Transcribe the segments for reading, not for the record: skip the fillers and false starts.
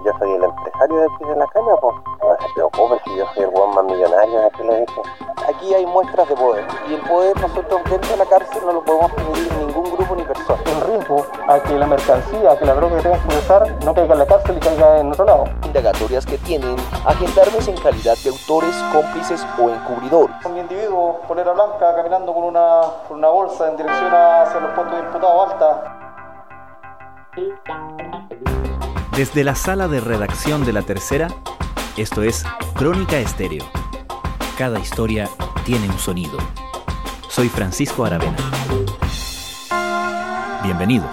Yo soy el empresario de aquí de la caña, pues. No se preocupe si yo soy el hueón más millonario de aquí, le dije. Aquí hay muestras de poder. Y el poder nosotros dentro de la cárcel no lo podemos pedir ningún grupo ni persona. El riesgo a que la mercancía, a que la droga que tengas que procesar no caiga en la cárcel y caiga en otro lado. Indagatorias que tienen a gendarmes en calidad de autores, cómplices o encubridores. Un individuo, polera blanca, caminando con una bolsa en dirección hacia los puestos de imputados Alta. Desde la sala de redacción de La Tercera, esto es Crónica Estéreo. Cada historia tiene un sonido. Soy Francisco Aravena. Bienvenidos.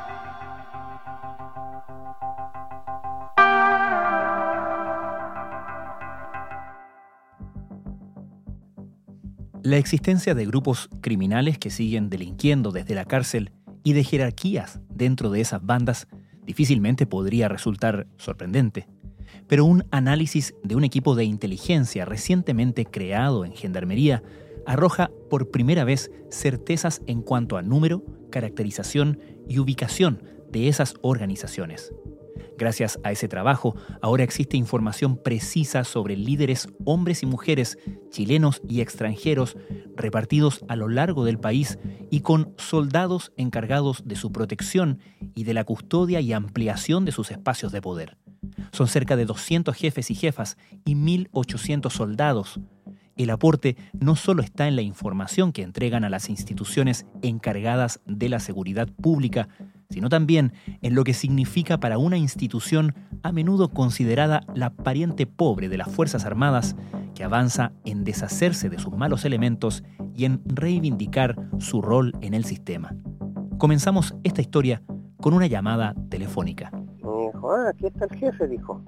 La existencia de grupos criminales que siguen delinquiendo desde la cárcel y de jerarquías dentro de esas bandas difícilmente podría resultar sorprendente. Pero un análisis de un equipo de inteligencia recientemente creado en Gendarmería arroja por primera vez certezas en cuanto a número, caracterización y ubicación de esas organizaciones. Gracias a ese trabajo, ahora existe información precisa sobre líderes hombres y mujeres, chilenos y extranjeros, repartidos a lo largo del país y con soldados encargados de su protección y de la custodia y ampliación de sus espacios de poder. Son cerca de 200 jefes y jefas y 1.800 soldados. El aporte no solo está en la información que entregan a las instituciones encargadas de la seguridad pública, sino también en lo que significa para una institución a menudo considerada la pariente pobre de las Fuerzas Armadas, que avanza en deshacerse de sus malos elementos y en reivindicar su rol en el sistema. Comenzamos esta historia con una llamada telefónica. Me dijo, aquí está el jefe, dijo.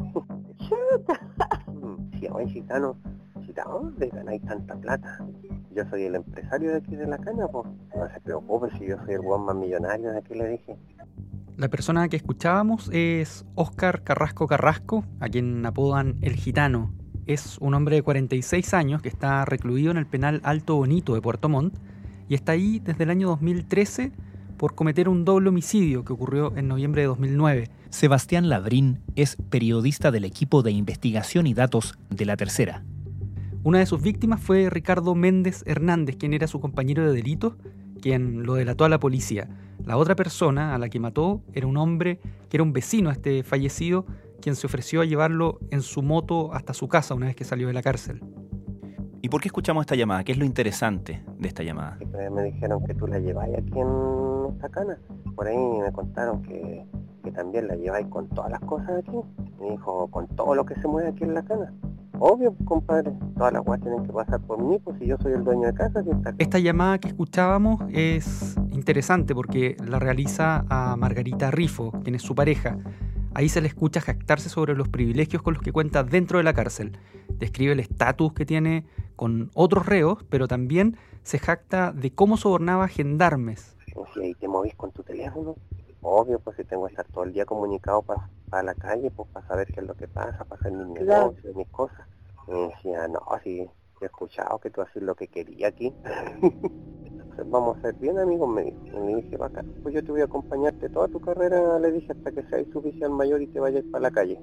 Sí, oye, gitano, ¿dónde ganáis tanta plata? Yo soy el empresario de aquí de la caña, pues. No se preocupe si yo soy el hueón más millonario de aquí, le dije. La persona que escuchábamos es Óscar Carrasco Carrasco, a quien apodan El Gitano. Es un hombre de 46 años que está recluido en el penal Alto Bonito de Puerto Montt y está ahí desde el año 2013 por cometer un doble homicidio que ocurrió en noviembre de 2009. Sebastián Labrín es periodista del equipo de investigación y datos de La Tercera. Una de sus víctimas fue Ricardo Méndez Hernández, quien era su compañero de delitos, quien lo delató a la policía. La otra persona a la que mató era un hombre que era un vecino a este fallecido, quien se ofreció a llevarlo en su moto hasta su casa una vez que salió de la cárcel. ¿Y por qué escuchamos esta llamada? ¿Qué es lo interesante de esta llamada? Me dijeron que tú la lleváis aquí en esta cana. Por ahí me contaron que también la lleváis con todas las cosas aquí. Me dijo, con todo lo que se mueve aquí en la cana. Obvio, compadre, todas las guas tienen que pasar por mí, pues si yo soy el dueño de casa. Esta llamada que escuchábamos es interesante porque la realiza a Margarita Rifo, quien es su pareja. Ahí se le escucha jactarse sobre los privilegios con los que cuenta dentro de la cárcel. Describe el estatus que tiene con otros reos, pero también se jacta de cómo sobornaba gendarmes. Si ahí te movís con tu teléfono, obvio, pues si tengo que estar todo el día comunicado para la calle, pues para saber qué es lo que pasa, para hacer mis negocios, mis cosas. Me decía, no, si he escuchado que tú haces lo que quería aquí. Entonces vamos a ser bien amigos, me dijo. Y me dije, bacán, pues yo te voy a acompañarte toda tu carrera, le dije, hasta que seas oficial mayor y te vayas para la calle.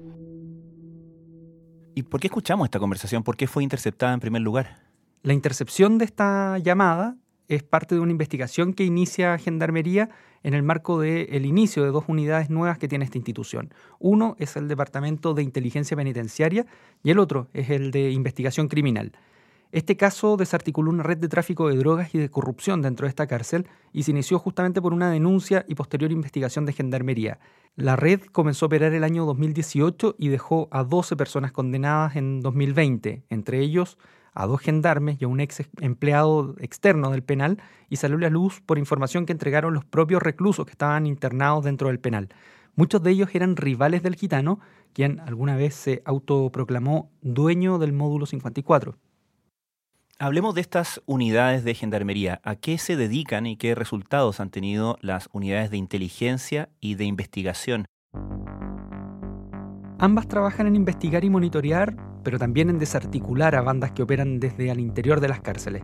¿Y por qué escuchamos esta conversación? ¿Por qué fue interceptada en primer lugar? La intercepción de esta llamada es parte de una investigación que inicia Gendarmería en el marco del inicio de 2 unidades nuevas que tiene esta institución. Uno es el Departamento de Inteligencia Penitenciaria y el otro es el de Investigación Criminal. Este caso desarticuló una red de tráfico de drogas y de corrupción dentro de esta cárcel y se inició justamente por una denuncia y posterior investigación de Gendarmería. La red comenzó a operar el año 2018 y dejó a 12 personas condenadas en 2020, entre ellos a 2 gendarmes y a un ex empleado externo del penal, y salió a la luz por información que entregaron los propios reclusos que estaban internados dentro del penal. Muchos de ellos eran rivales del Gitano, quien alguna vez se autoproclamó dueño del módulo 54. Hablemos de estas unidades de Gendarmería. ¿A qué se dedican y qué resultados han tenido las unidades de inteligencia y de investigación? Ambas trabajan en investigar y monitorear, pero también en desarticular a bandas que operan desde el interior de las cárceles.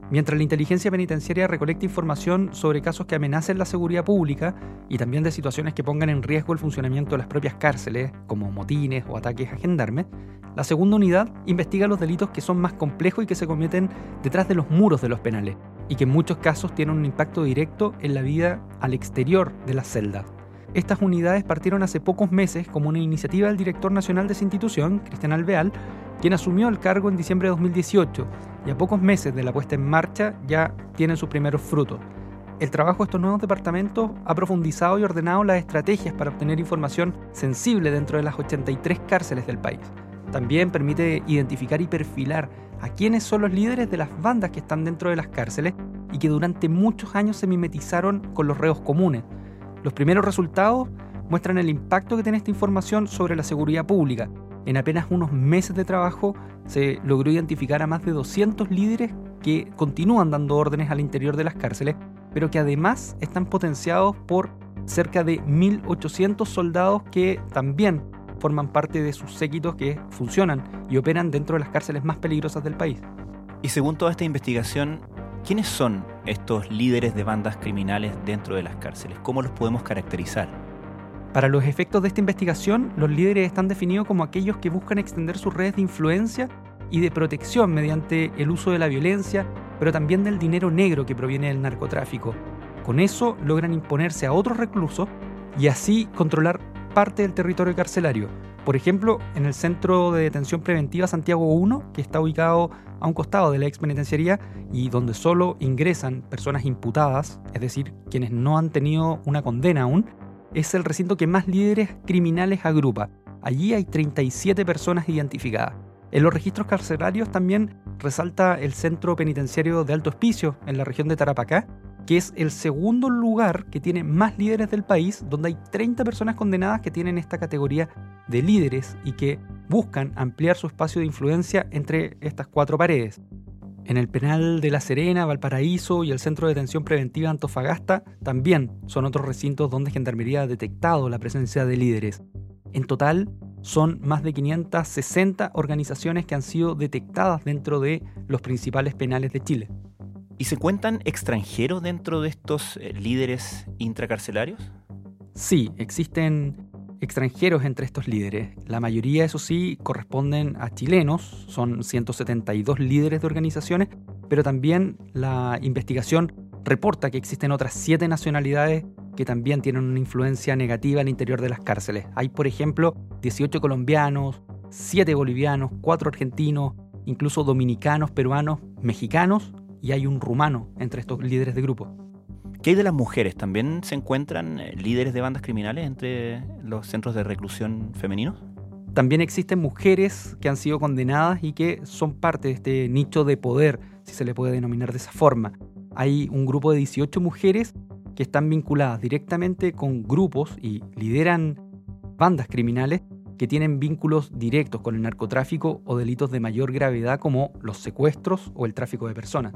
Mientras la inteligencia penitenciaria recolecta información sobre casos que amenacen la seguridad pública y también de situaciones que pongan en riesgo el funcionamiento de las propias cárceles, como motines o ataques a gendarmes, la segunda unidad investiga los delitos que son más complejos y que se cometen detrás de los muros de los penales, y que en muchos casos tienen un impacto directo en la vida al exterior de las celdas. Estas unidades partieron hace pocos meses como una iniciativa del director nacional de esa institución, Cristian Alvear, quien asumió el cargo en diciembre de 2018, y a pocos meses de la puesta en marcha ya tienen sus primeros frutos. El trabajo de estos nuevos departamentos ha profundizado y ordenado las estrategias para obtener información sensible dentro de las 83 cárceles del país. También permite identificar y perfilar a quiénes son los líderes de las bandas que están dentro de las cárceles y que durante muchos años se mimetizaron con los reos comunes. Los primeros resultados muestran el impacto que tiene esta información sobre la seguridad pública. En apenas unos meses de trabajo se logró identificar a más de 200 líderes que continúan dando órdenes al interior de las cárceles, pero que además están potenciados por cerca de 1.800 soldados que también forman parte de sus séquitos que funcionan y operan dentro de las cárceles más peligrosas del país. Y según toda esta investigación, ¿quiénes son estos líderes de bandas criminales dentro de las cárceles? ¿Cómo los podemos caracterizar? Para los efectos de esta investigación, los líderes están definidos como aquellos que buscan extender sus redes de influencia y de protección mediante el uso de la violencia, pero también del dinero negro que proviene del narcotráfico. Con eso logran imponerse a otros reclusos y así controlar parte del territorio carcelario. Por ejemplo, en el Centro de Detención Preventiva Santiago 1, que está ubicado a un costado de la expenitenciaría y donde solo ingresan personas imputadas, es decir, quienes no han tenido una condena aún, es el recinto que más líderes criminales agrupa. Allí hay 37 personas identificadas. En los registros carcelarios también resalta el Centro Penitenciario de Alto Hospicio, en la región de Tarapacá, que es el segundo lugar que tiene más líderes del país, donde hay 30 personas condenadas que tienen esta categoría de líderes y que buscan ampliar su espacio de influencia entre estas cuatro paredes. En el penal de La Serena, Valparaíso y el Centro de Detención Preventiva Antofagasta también son otros recintos donde Gendarmería ha detectado la presencia de líderes. En total, son más de 560 organizaciones que han sido detectadas dentro de los principales penales de Chile. ¿Y se cuentan extranjeros dentro de estos líderes intracarcelarios? Sí, existen extranjeros entre estos líderes. La mayoría, eso sí, corresponden a chilenos. Son 172 líderes de organizaciones, pero también la investigación reporta que existen otras 7 nacionalidades que también tienen una influencia negativa al interior de las cárceles. Hay, por ejemplo, 18 colombianos, 7 bolivianos, 4 argentinos, incluso dominicanos, peruanos, mexicanos, y hay un rumano entre estos líderes de grupo. ¿Qué hay de las mujeres? ¿También se encuentran líderes de bandas criminales entre los centros de reclusión femeninos? También existen mujeres que han sido condenadas y que son parte de este nicho de poder, si se le puede denominar de esa forma. Hay un grupo de 18 mujeres que están vinculadas directamente con grupos y lideran bandas criminales que tienen vínculos directos con el narcotráfico o delitos de mayor gravedad como los secuestros o el tráfico de personas.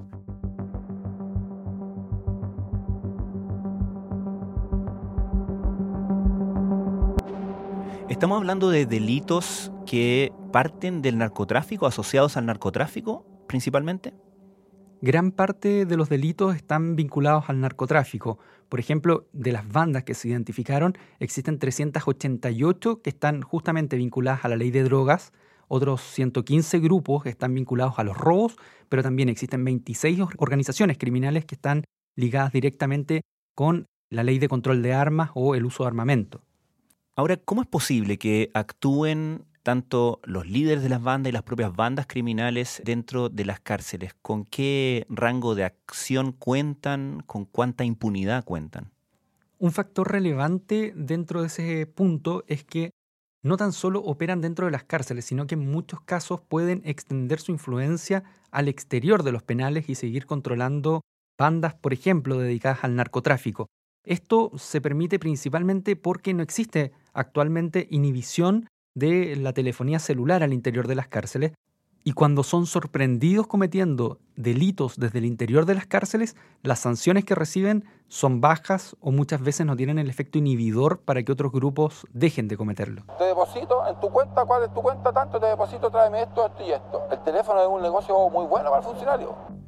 ¿Estamos hablando de delitos que parten del narcotráfico, asociados al narcotráfico principalmente? Gran parte de los delitos están vinculados al narcotráfico. Por ejemplo, de las bandas que se identificaron, existen 388 que están justamente vinculadas a la ley de drogas, otros 115 grupos están vinculados a los robos, pero también existen 26 organizaciones criminales que están ligadas directamente con la ley de control de armas o el uso de armamento. Ahora, ¿cómo es posible que actúen tanto los líderes de las bandas y las propias bandas criminales dentro de las cárceles? ¿Con qué rango de acción cuentan? ¿Con cuánta impunidad cuentan? Un factor relevante dentro de ese punto es que no tan solo operan dentro de las cárceles, sino que en muchos casos pueden extender su influencia al exterior de los penales y seguir controlando bandas, por ejemplo, dedicadas al narcotráfico. Esto se permite principalmente porque no existe actualmente inhibición de la telefonía celular al interior de las cárceles, y cuando son sorprendidos cometiendo delitos desde el interior de las cárceles, las sanciones que reciben son bajas o muchas veces no tienen el efecto inhibidor para que otros grupos dejen de cometerlo. Te deposito en tu cuenta, ¿cuál es tu cuenta? Tanto te deposito, tráeme esto, esto y esto. El teléfono es un negocio muy bueno para el funcionario.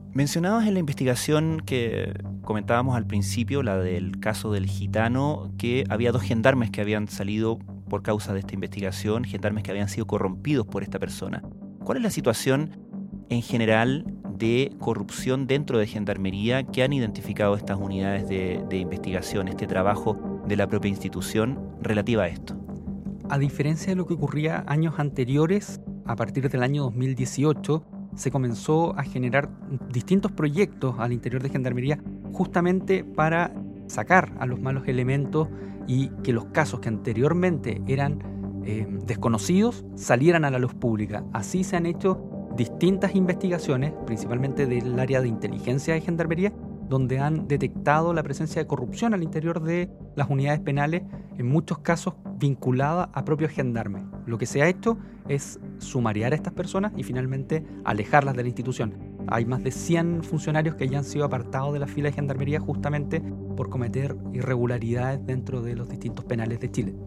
Mencionabas en la investigación que comentábamos al principio, la del caso del gitano, que había 2 gendarmes que habían salido por causa de esta investigación, gendarmes que habían sido corrompidos por esta persona. ¿Cuál es la situación en general de corrupción dentro de Gendarmería que han identificado estas unidades de investigación, este trabajo de la propia institución relativa a esto? A diferencia de lo que ocurría años anteriores, a partir del año 2018, se comenzó a generar distintos proyectos al interior de Gendarmería justamente para sacar a los malos elementos y que los casos que anteriormente eran desconocidos salieran a la luz pública. Así se han hecho distintas investigaciones, principalmente del área de inteligencia de Gendarmería, donde han detectado la presencia de corrupción al interior de las unidades penales, en muchos casos vinculada a propios gendarmes. Lo que se ha hecho es sumariar a estas personas y finalmente alejarlas de la institución. Hay más de 100 funcionarios que ya han sido apartados de la fila de Gendarmería justamente por cometer irregularidades dentro de los distintos penales de Chile.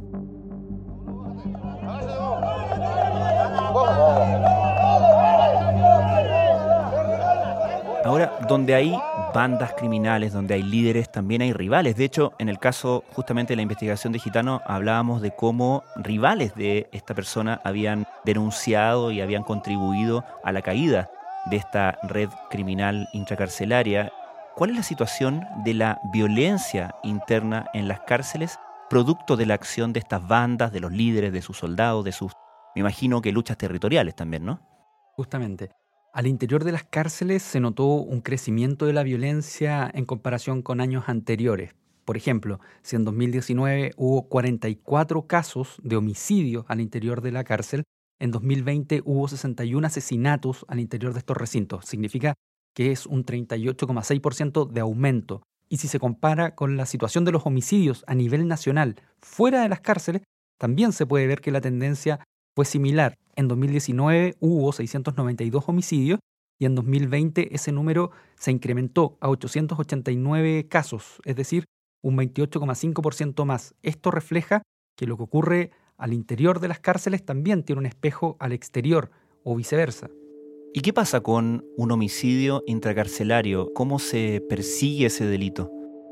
Ahora, donde hay bandas criminales, donde hay líderes, también hay rivales. De hecho, en el caso justamente de la investigación de Gitano, hablábamos de cómo rivales de esta persona habían denunciado y habían contribuido a la caída de esta red criminal intracarcelaria. ¿Cuál es la situación de la violencia interna en las cárceles, producto de la acción de estas bandas, de los líderes, de sus soldados, de sus, me imagino que luchas territoriales también, ¿no? Justamente. Al interior de las cárceles se notó un crecimiento de la violencia en comparación con años anteriores. Por ejemplo, si en 2019 hubo 44 casos de homicidios al interior de la cárcel, en 2020 hubo 61 asesinatos al interior de estos recintos. Significa que es un 38,6% de aumento. Y si se compara con la situación de los homicidios a nivel nacional fuera de las cárceles, también se puede ver que la tendencia fue similar. En 2019 hubo 692 homicidios y en 2020 ese número se incrementó a 889 casos, es decir, un 28,5% más. Esto refleja que lo que ocurre al interior de las cárceles también tiene un espejo al exterior o viceversa. ¿Y qué pasa con un homicidio intracarcelario? ¿Cómo se persigue ese delito?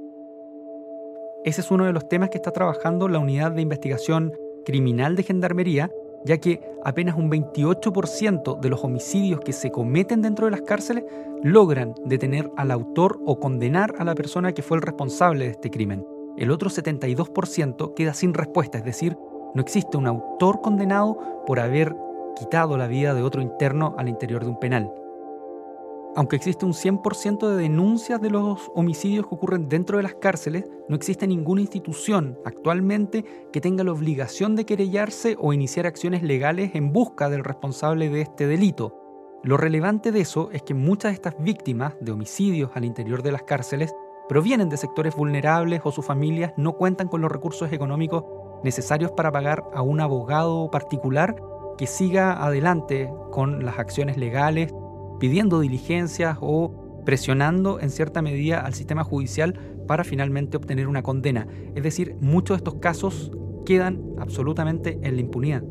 Ese es uno de los temas que está trabajando la Unidad de Investigación Criminal de Gendarmería, ya que apenas un 28% de los homicidios que se cometen dentro de las cárceles logran detener al autor o condenar a la persona que fue el responsable de este crimen. El otro 72% queda sin respuesta, es decir, no existe un autor condenado por haber quitado la vida de otro interno al interior de un penal. Aunque existe un 100% de denuncias de los homicidios que ocurren dentro de las cárceles, no existe ninguna institución actualmente que tenga la obligación de querellarse o iniciar acciones legales en busca del responsable de este delito. Lo relevante de eso es que muchas de estas víctimas de homicidios al interior de las cárceles provienen de sectores vulnerables o sus familias no cuentan con los recursos económicos necesarios para pagar a un abogado particular que siga adelante con las acciones legales, pidiendo diligencias o presionando en cierta medida al sistema judicial para finalmente obtener una condena. Es decir, muchos de estos casos quedan absolutamente en la impunidad.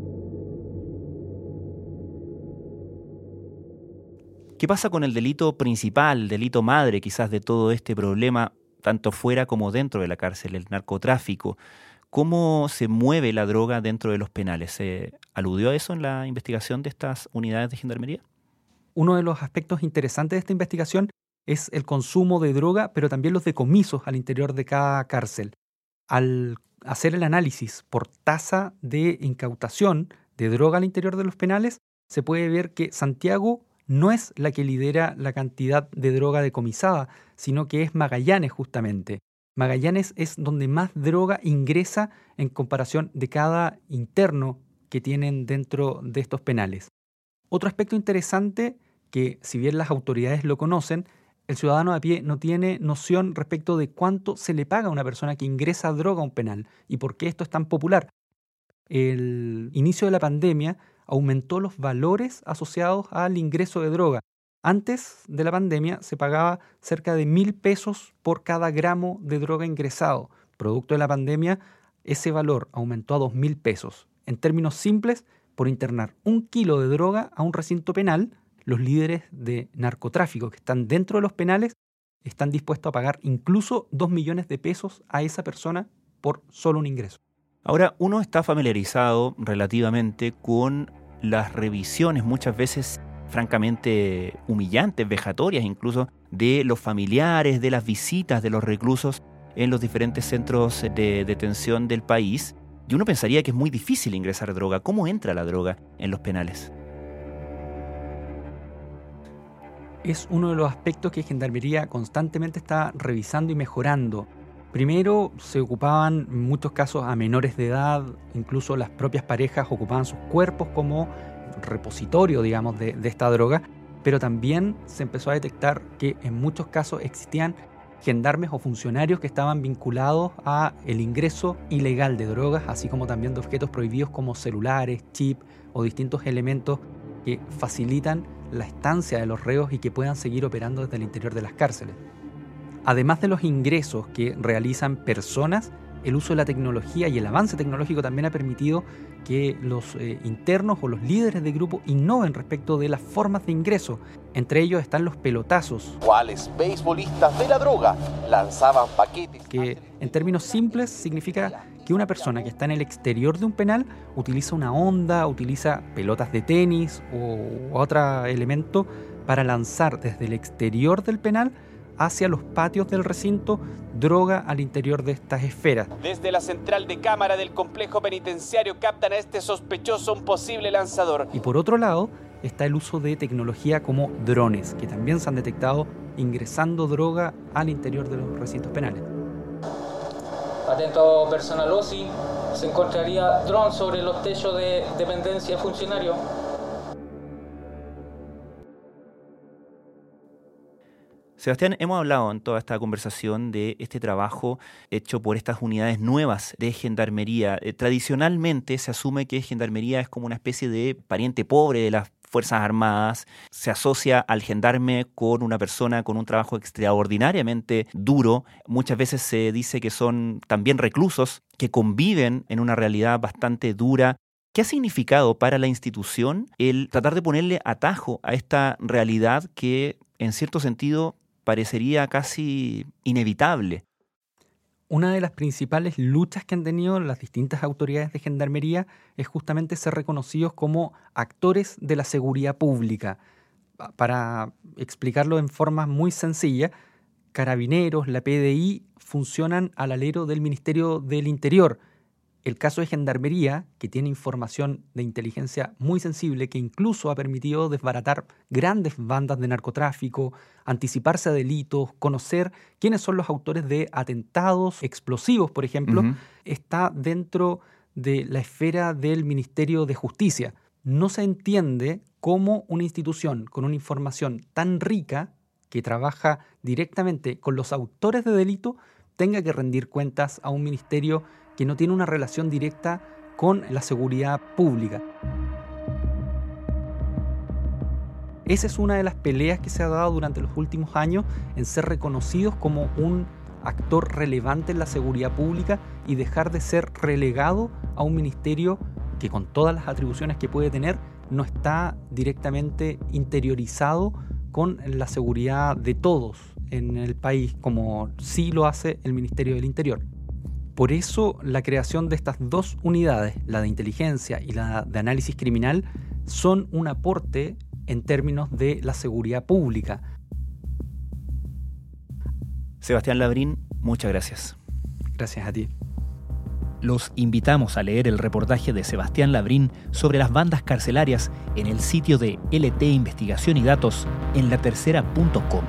¿Qué pasa con el delito principal, el delito madre quizás de todo este problema, tanto fuera como dentro de la cárcel, el narcotráfico? ¿Cómo se mueve la droga dentro de los penales? ¿Se aludió a eso en la investigación de estas unidades de Gendarmería? Uno de los aspectos interesantes de esta investigación es el consumo de droga, pero también los decomisos al interior de cada cárcel. Al hacer el análisis por tasa de incautación de droga al interior de los penales, se puede ver que Santiago no es la que lidera la cantidad de droga decomisada, sino que es Magallanes justamente. Magallanes es donde más droga ingresa en comparación de cada interno que tienen dentro de estos penales. Otro aspecto interesante que, si bien las autoridades lo conocen, el ciudadano de a pie no tiene noción respecto de cuánto se le paga a una persona que ingresa droga a un penal y por qué esto es tan popular. El inicio de la pandemia aumentó los valores asociados al ingreso de droga. Antes de la pandemia se pagaba cerca de 1.000 pesos por cada gramo de droga ingresado. Producto de la pandemia, ese valor aumentó a 2.000 pesos. En términos simples, por internar 1 kilo de droga a un recinto penal, los líderes de narcotráfico que están dentro de los penales están dispuestos a pagar incluso 2 millones de pesos a esa persona por solo un ingreso. Ahora, uno está familiarizado relativamente con las revisiones, muchas veces francamente humillantes, vejatorias incluso, de los familiares, de las visitas de los reclusos en los diferentes centros de detención del país. Y uno pensaría que es muy difícil ingresar droga. ¿Cómo entra la droga en los penales? Es uno de los aspectos que Gendarmería constantemente está revisando y mejorando. Primero, se ocupaban en muchos casos a menores de edad, incluso las propias parejas ocupaban sus cuerpos como repositorio, digamos, de esta droga, pero también se empezó a detectar que en muchos casos existían gendarmes o funcionarios que estaban vinculados a el ingreso ilegal de drogas, así como también de objetos prohibidos como celulares, chip o distintos elementos que facilitan la estancia de los reos y que puedan seguir operando desde el interior de las cárceles. Además de los ingresos que realizan personas, el uso de la tecnología y el avance tecnológico también ha permitido que los internos o los líderes de grupo innoven respecto de las formas de ingreso. Entre ellos están los pelotazos. ¿Cuáles beisbolistas de la droga lanzaban paquetes? Que en términos simples significa que una persona que está en el exterior de un penal utiliza una onda, utiliza pelotas de tenis o otro elemento para lanzar desde el exterior del penal hacia los patios del recinto droga al interior de estas esferas. Desde la central de cámara del complejo penitenciario captan a este sospechoso un posible lanzador. Y por otro lado está el uso de tecnología como drones, que también se han detectado ingresando droga al interior de los recintos penales. Atento personal OSI, se encontraría dron sobre los techos de dependencia de funcionarios. Sebastián, hemos hablado en toda esta conversación de este trabajo hecho por estas unidades nuevas de Gendarmería. Tradicionalmente se asume que Gendarmería es como una especie de pariente pobre de las Fuerzas Armadas. Se asocia al gendarme con una persona con un trabajo extraordinariamente duro. Muchas veces se dice que son también reclusos que conviven en una realidad bastante dura. ¿Qué ha significado para la institución el tratar de ponerle atajo a esta realidad que, en cierto sentido, parecería casi inevitable? Una de las principales luchas que han tenido las distintas autoridades de Gendarmería es justamente ser reconocidos como actores de la seguridad pública. Para explicarlo en forma muy sencilla, Carabineros, la PDI, funcionan al alero del Ministerio del Interior. El caso de Gendarmería, que tiene información de inteligencia muy sensible, que incluso ha permitido desbaratar grandes bandas de narcotráfico, anticiparse a delitos, conocer quiénes son los autores de atentados explosivos, por ejemplo, está dentro de la esfera del Ministerio de Justicia. No se entiende cómo una institución con una información tan rica, que trabaja directamente con los autores de delito, tenga que rendir cuentas a un ministerio que no tiene una relación directa con la seguridad pública. Esa es una de las peleas que se ha dado durante los últimos años en ser reconocidos como un actor relevante en la seguridad pública y dejar de ser relegado a un ministerio que, con todas las atribuciones que puede tener, no está directamente interiorizado con la seguridad de todos en el país, como sí lo hace el Ministerio del Interior. Por eso, la creación de estas dos unidades, la de inteligencia y la de análisis criminal, son un aporte en términos de la seguridad pública. Sebastián Labrín, muchas gracias. Gracias a ti. Los invitamos a leer el reportaje de Sebastián Labrín sobre las bandas carcelarias en el sitio de LT Investigación y Datos en latercera.com.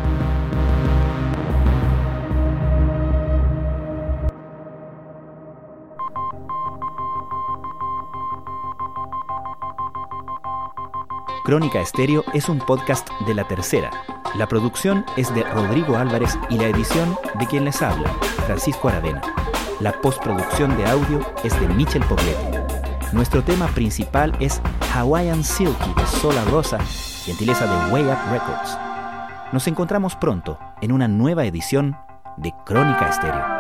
Crónica Estéreo es un podcast de La Tercera. La producción es de Rodrigo Álvarez y la edición de quien les habla, Francisco Aravena. La postproducción de audio es de Michel Pobletti. Nuestro tema principal es Hawaiian Silky de Sola Rosa, gentileza de Way Up Records. Nos encontramos pronto en una nueva edición de Crónica Estéreo.